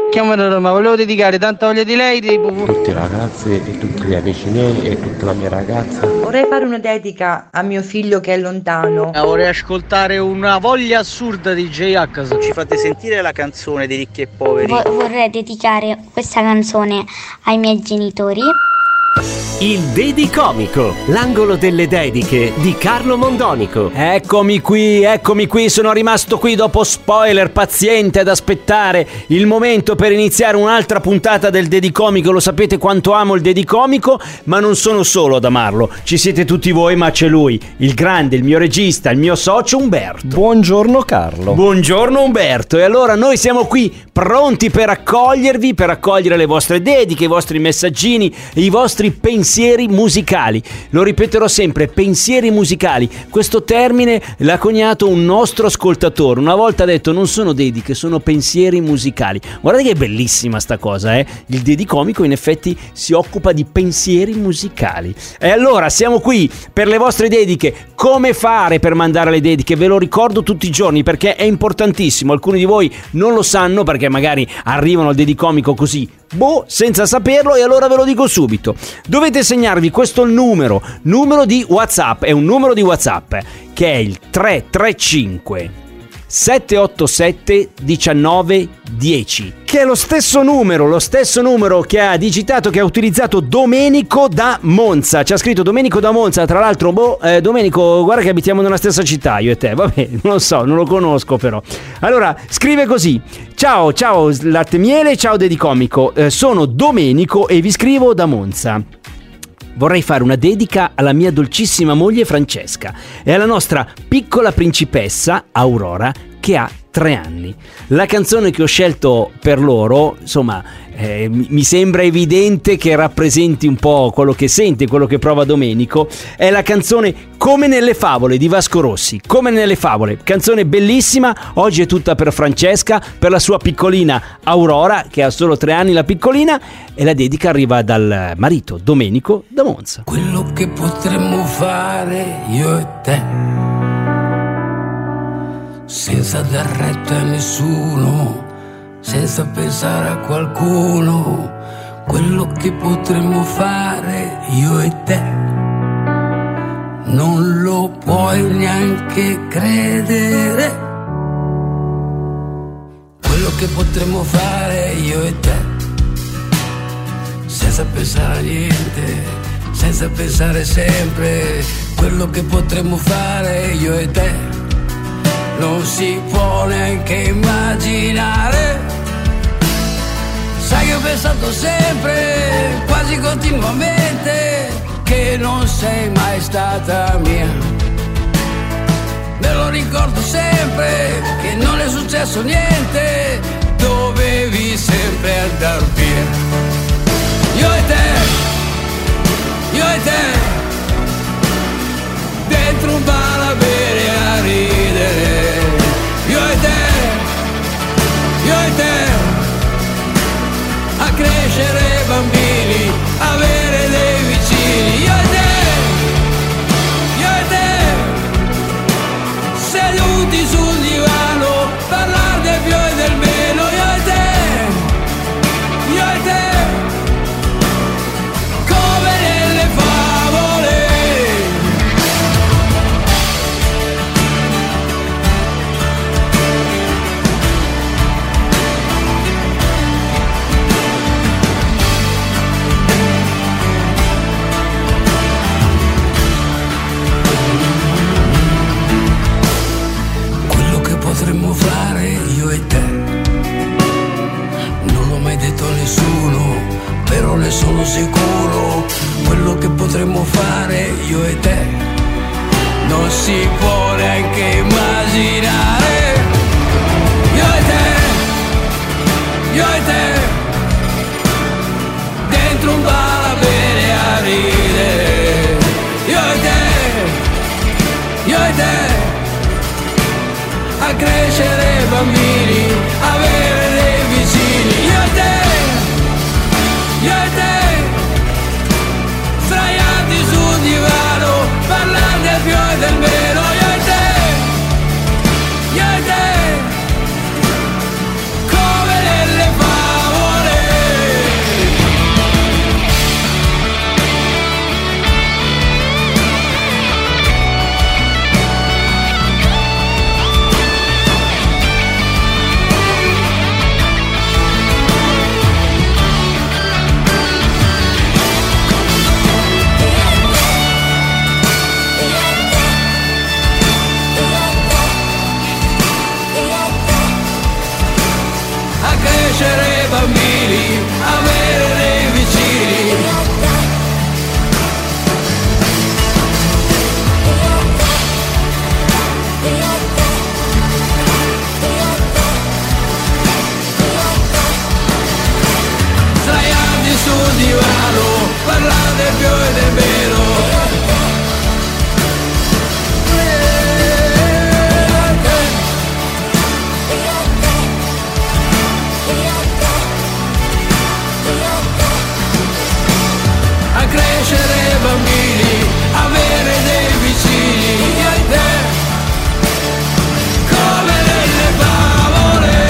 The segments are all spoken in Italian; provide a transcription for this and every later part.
Chiamate Roma, volevo dedicare tanta voglia di lei tutte le ragazze e tutti gli amici miei e tutta la mia ragazza. Vorrei fare una dedica a mio figlio che è lontano. Vorrei ascoltare una voglia assurda di J-H. Ci fate sentire la canzone di Ricchi e Poveri? Vorrei dedicare questa canzone ai miei genitori. Il Dedicomico, l'angolo delle dediche di Carlo Mondonico. Eccomi qui, sono rimasto qui dopo spoiler, paziente ad aspettare il momento per iniziare un'altra puntata del Dedicomico. Lo sapete quanto amo il Dedicomico, ma non sono solo ad amarlo. Ci siete tutti voi, ma c'è lui, il grande, il mio regista, il mio socio Umberto. Buongiorno Carlo. Buongiorno Umberto. E allora noi siamo qui pronti per accogliervi, per accogliere le vostre dediche, i vostri messaggini, i vostri pensieri musicali. Lo ripeterò sempre, pensieri musicali. Questo termine l'ha coniato un nostro ascoltatore. Una volta ha detto: non sono dediche, sono pensieri musicali. Guardate che bellissima sta cosa, eh? Il Dedicomico in effetti si occupa di pensieri musicali. E allora siamo qui per le vostre dediche. Come fare per mandare le dediche? Ve lo ricordo tutti i giorni perché è importantissimo. Alcuni di voi non lo sanno perché magari arrivano al Dedicomico così, senza saperlo, e allora ve lo dico subito. Dovete segnarvi questo numero di WhatsApp, è un numero di WhatsApp che è il 335 787 1910, che è lo stesso numero che ha digitato, che ha utilizzato Domenico da Monza. Ci ha scritto Domenico da Monza, tra l'altro Domenico, guarda che abitiamo nella stessa città io e te, vabbè, non lo so, non lo conosco però. Allora scrive così: ciao Latte Miele, ciao Dedicomico, sono Domenico e vi scrivo da Monza. Vorrei fare una dedica alla mia dolcissima moglie Francesca e alla nostra piccola principessa Aurora, che ha 3 anni. La canzone che ho scelto per loro, insomma, mi sembra evidente che rappresenti un po' quello che sente, quello che prova Domenico. È la canzone Come nelle favole di Vasco Rossi. Come nelle favole, canzone bellissima. Oggi è tutta per Francesca, per la sua piccolina Aurora, che ha solo 3 anni la piccolina, e la dedica arriva dal marito Domenico da Monza. Quello che potremmo fare io e te, senza dar retta a nessuno, senza pensare a qualcuno. Quello che potremmo fare io e te, non lo puoi neanche credere. Quello che potremmo fare io e te, senza pensare a niente, senza pensare sempre. Quello che potremmo fare io e te, non si può neanche immaginare. Sai che ho pensato sempre, quasi continuamente, che non sei mai stata mia. Me lo ricordo sempre, che non è successo niente, dovevi sempre andar via. Io e te, dentro un bar a bere a ridere. Io e te, a crescere bambini, avere dei vicini. Io e te, seduti sul divano, parlare del più e del meno. Io e te, come nelle favole. Potremmo fare io e te, non l'ho mai detto a nessuno, però ne sono sicuro. Quello che potremmo fare io e te, non si può neanche immaginare. Io e te, dentro un bar a bere a ridere. Io e te, a crescere bambini, avere dei vicini. Io e te, sdraiati sul divano, parlare del più e del meno. Io e te, come nelle favole. crescere bambini, avere dei vicini. Sdraiati sul divano, parlate più e del meno. A crescere bambini, avere dei vicini, io e te, come nelle favole.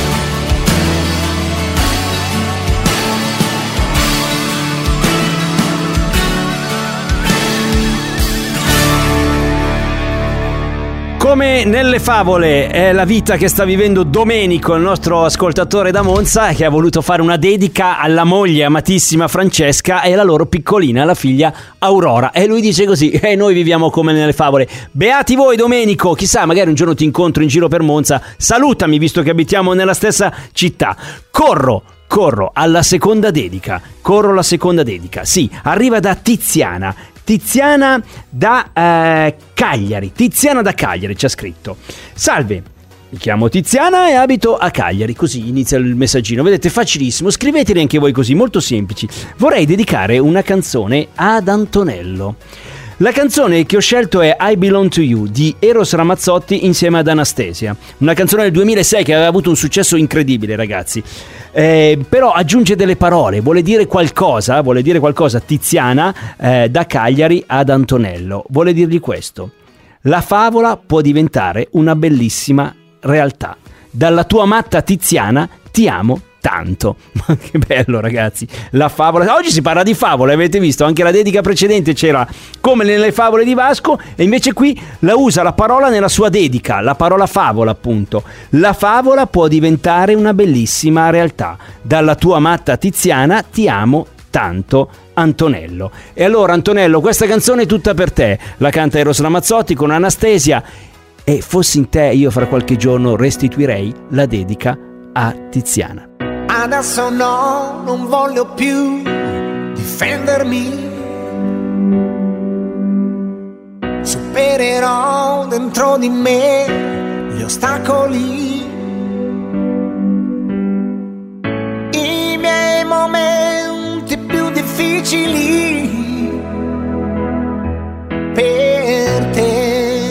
Come nelle favole è la vita che sta vivendo Domenico, il nostro ascoltatore da Monza, che ha voluto fare una dedica alla moglie amatissima Francesca e alla loro piccolina, la figlia Aurora. E lui dice così: noi viviamo come nelle favole. Beati voi, Domenico, chissà, magari un giorno ti incontro in giro per Monza, salutami visto che abitiamo nella stessa città. Corro alla seconda dedica. Sì, arriva da Tiziana da Cagliari. Tiziana da Cagliari ci ha scritto: salve, mi chiamo Tiziana e abito a Cagliari. Così inizia il messaggino, vedete, facilissimo, scriveteli anche voi così, molto semplici. Vorrei dedicare una canzone ad Antonello. La canzone che ho scelto è I Belong to You di Eros Ramazzotti insieme ad Anastasia, una canzone del 2006 che aveva avuto un successo incredibile, ragazzi. Però aggiunge delle parole, vuole dire qualcosa Tiziana da Cagliari ad Antonello. Vuole dirgli questo: la favola può diventare una bellissima realtà. Dalla tua matta Tiziana ti amo tanto. Ma che bello, ragazzi, la favola. Oggi si parla di favole, avete visto? Anche la dedica precedente c'era come nelle favole di Vasco, e invece qui la usa la parola nella sua dedica, la parola favola, appunto. La favola può diventare una bellissima realtà. Dalla tua matta Tiziana ti amo tanto, Antonello. E allora, Antonello, questa canzone è tutta per te. La canta Eros Ramazzotti con Anastasia, e fossi in te io fra qualche giorno restituirei la dedica a Tiziana. Adesso no, non voglio più difendermi. Supererò dentro di me gli ostacoli, i miei momenti più difficili per te.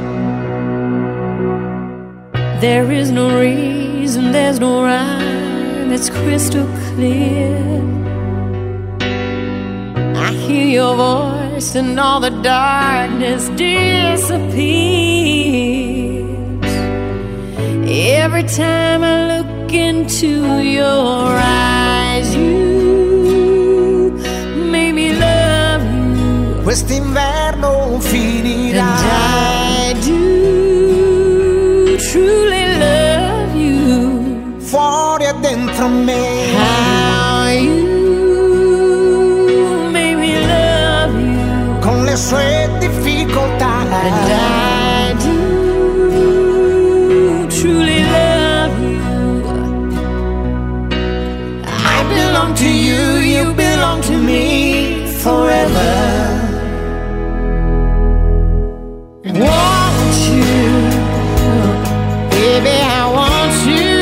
There is no reason, there's no rhyme, it's crystal clear. I hear your voice and all the darkness disappears. Every time I look into your eyes, you make me love you. Quest'inverno finirà. And I do truly love you. Fuori e dentro me. How you made me love you. Con le sue difficoltà. And I do truly love you. I belong to you, you belong to me forever. Want you, baby, I want you.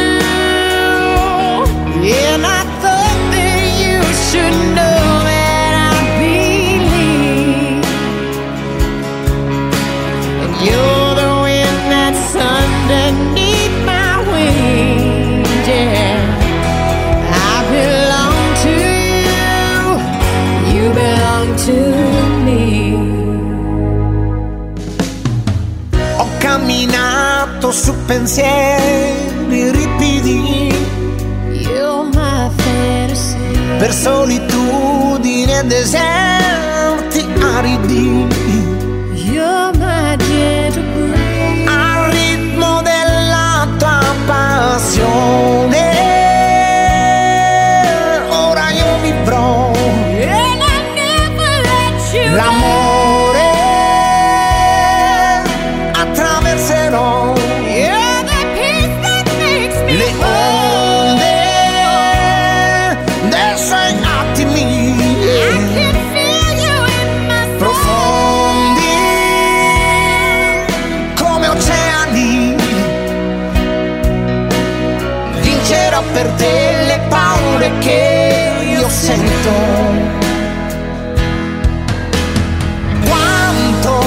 And I thought that you should know that I believe. And you're the wind that's underneath my wings, yeah. I belong to you, you belong to me. Ho camminato su pensieri ripidi, per solitudini e deserti aridi. You're my gentle breeze. Al ritmo della tua passione ora io vivrò. And I never let you l'amore attraverserò. You're the peace that makes me le onde parole che io sento. Quanto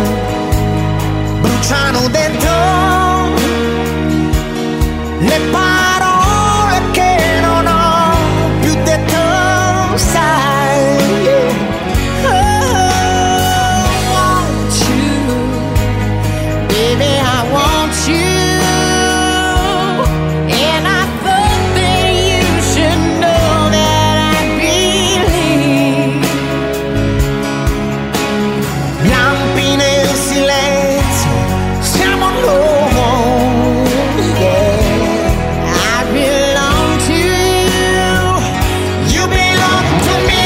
bruciano dentro le parole che non ho più detto, sai. Oh, I want you, baby, I want you. And I thought that you should know that I believe. Lampi nel silenzio, siamo noi, yeah. I belong to you, you belong to me.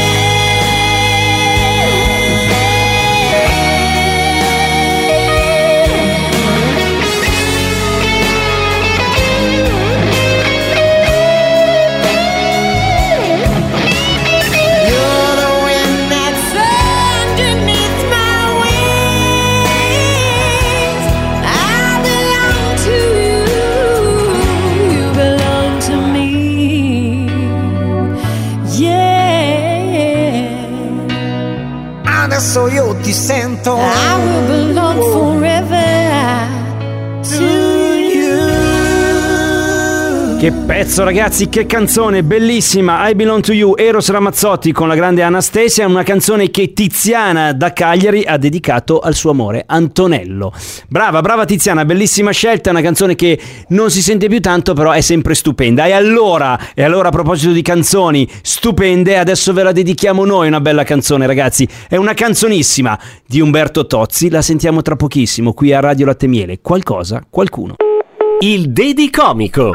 You're the wind that's underneath my wings. I belong to you, You belong to me. Yeah. Adesso io ti sento. I will belong forever to you. Che pezzo, ragazzi, che canzone bellissima. I Belong to You, Eros Ramazzotti con la grande Anastasia, una canzone che Tiziana da Cagliari ha dedicato al suo amore Antonello. Brava Tiziana, bellissima scelta, una canzone che non si sente più tanto, però è sempre stupenda. E allora a proposito di canzoni stupende, adesso ve la dedichiamo noi una bella canzone, ragazzi. È una canzonissima di Umberto Tozzi, la sentiamo tra pochissimo qui a Radio Latte Miele. Qualcosa, qualcuno. Il Dedicomico.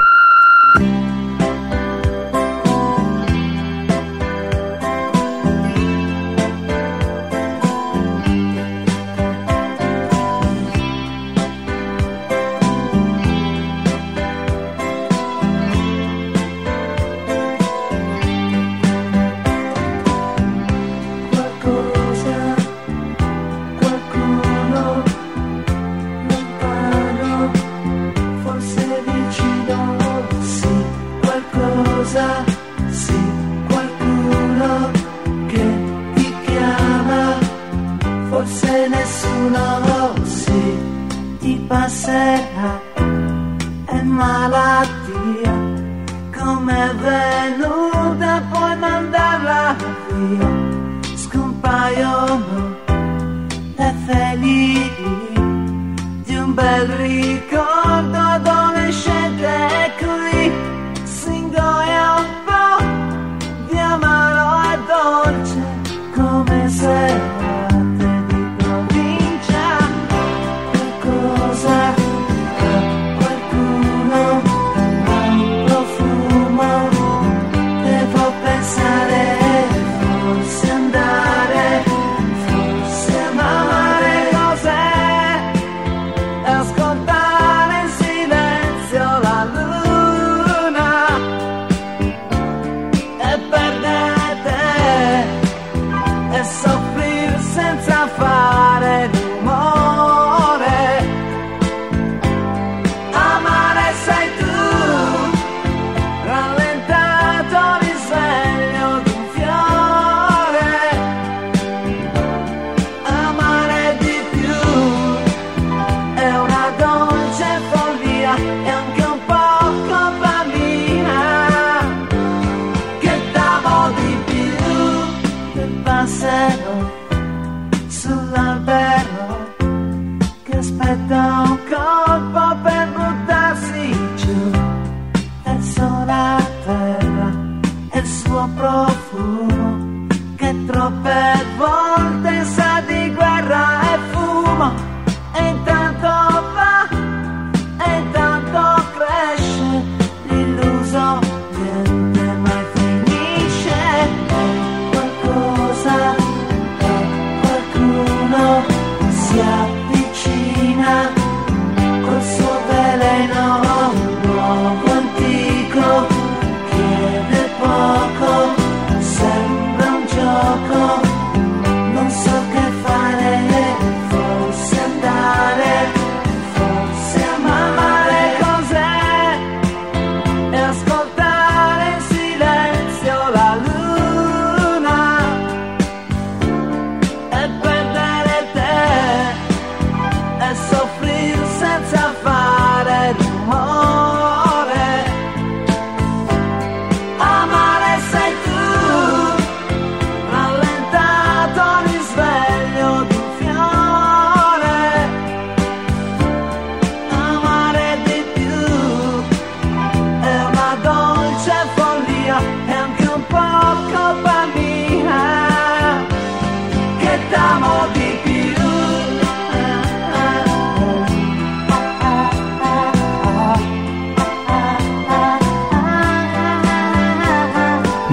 Qualcosa, qualcuno, lontano, forse vicino, sì, qualcosa, sì, qualcuno che ti chiama, forse nessuno, sì, ti passerà, è malattia, come è venuta puoi mandarla via. Scompaiono le felici di un bel ricordo adolescente, eccoli, si ingoia un po' di amaro e dolce, come serate di provincia. Qualcosa, qualcuno, un profumo, devo pensare. Forse andare, forse amare, cos'è? Ascoltare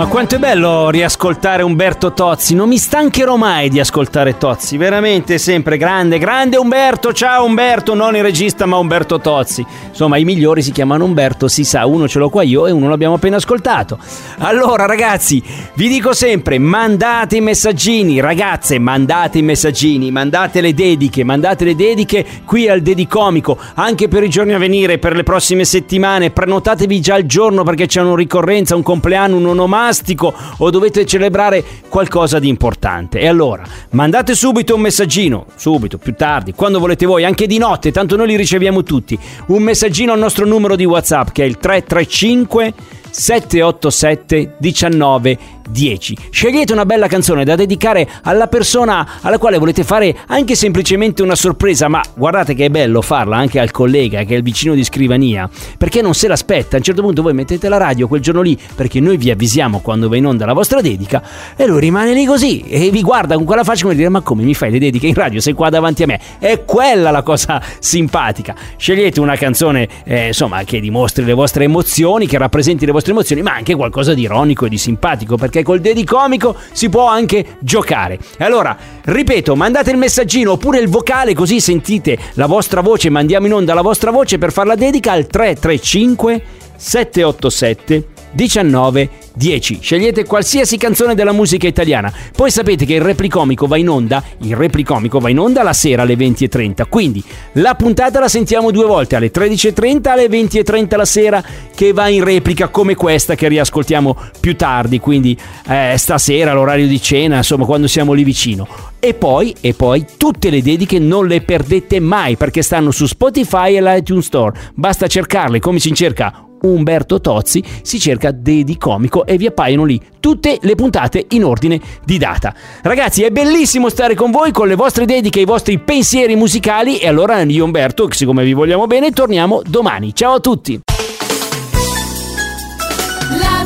Ma quanto è bello riascoltare Umberto Tozzi, non mi stancherò mai di ascoltare Tozzi, veramente sempre grande Umberto, ciao Umberto, non il regista ma Umberto Tozzi, insomma i migliori si chiamano Umberto, si sa, uno ce l'ho qua io e uno l'abbiamo appena ascoltato. Allora ragazzi, vi dico sempre, mandate i messaggini, ragazze mandate i messaggini, mandate le dediche qui al Dedicomico, anche per i giorni a venire, per le prossime settimane, prenotatevi già il giorno perché c'è una ricorrenza, un compleanno, un onomastico o dovete celebrare qualcosa di importante. E allora mandate subito un messaggino, subito, più tardi, quando volete voi, anche di notte, tanto noi li riceviamo tutti, un messaggino al nostro numero di WhatsApp che è il 335 787 19 10. Scegliete una bella canzone da dedicare alla persona alla quale volete fare anche semplicemente una sorpresa, ma guardate che è bello farla anche al collega che è il vicino di scrivania, perché non se l'aspetta. A un certo punto voi mettete la radio quel giorno lì, perché noi vi avvisiamo quando va in onda la vostra dedica, e lui rimane lì così e vi guarda con quella faccia come dire: ma come mi fai le dediche in radio? Sei qua davanti a me. È quella la cosa simpatica. Scegliete una canzone insomma che dimostri le vostre emozioni, che rappresenti le vostre emozioni, ma anche qualcosa di ironico e di simpatico, perché col Dedicomico si può anche giocare. E allora, ripeto, mandate il messaggino oppure il vocale, così sentite la vostra voce, mandiamo in onda la vostra voce per far la dedica al 335 787 19 10. Scegliete qualsiasi canzone della musica italiana. Poi sapete che il Replicomico va in onda la sera alle 20:30. Quindi la puntata la sentiamo due volte, alle 13:30 e alle 20:30 la sera, che va in replica come questa che riascoltiamo più tardi, quindi stasera all'orario di cena, insomma quando siamo lì vicino. E poi tutte le dediche non le perdete mai, perché stanno su Spotify e l'iTunes Store. Basta cercarle, come si cerca Umberto Tozzi, si cerca Dedicomico e vi appaiono lì tutte le puntate in ordine di data. Ragazzi, è bellissimo stare con voi, con le vostre dediche e i vostri pensieri musicali, e allora io e Umberto, siccome vi vogliamo bene, torniamo domani. Ciao a tutti.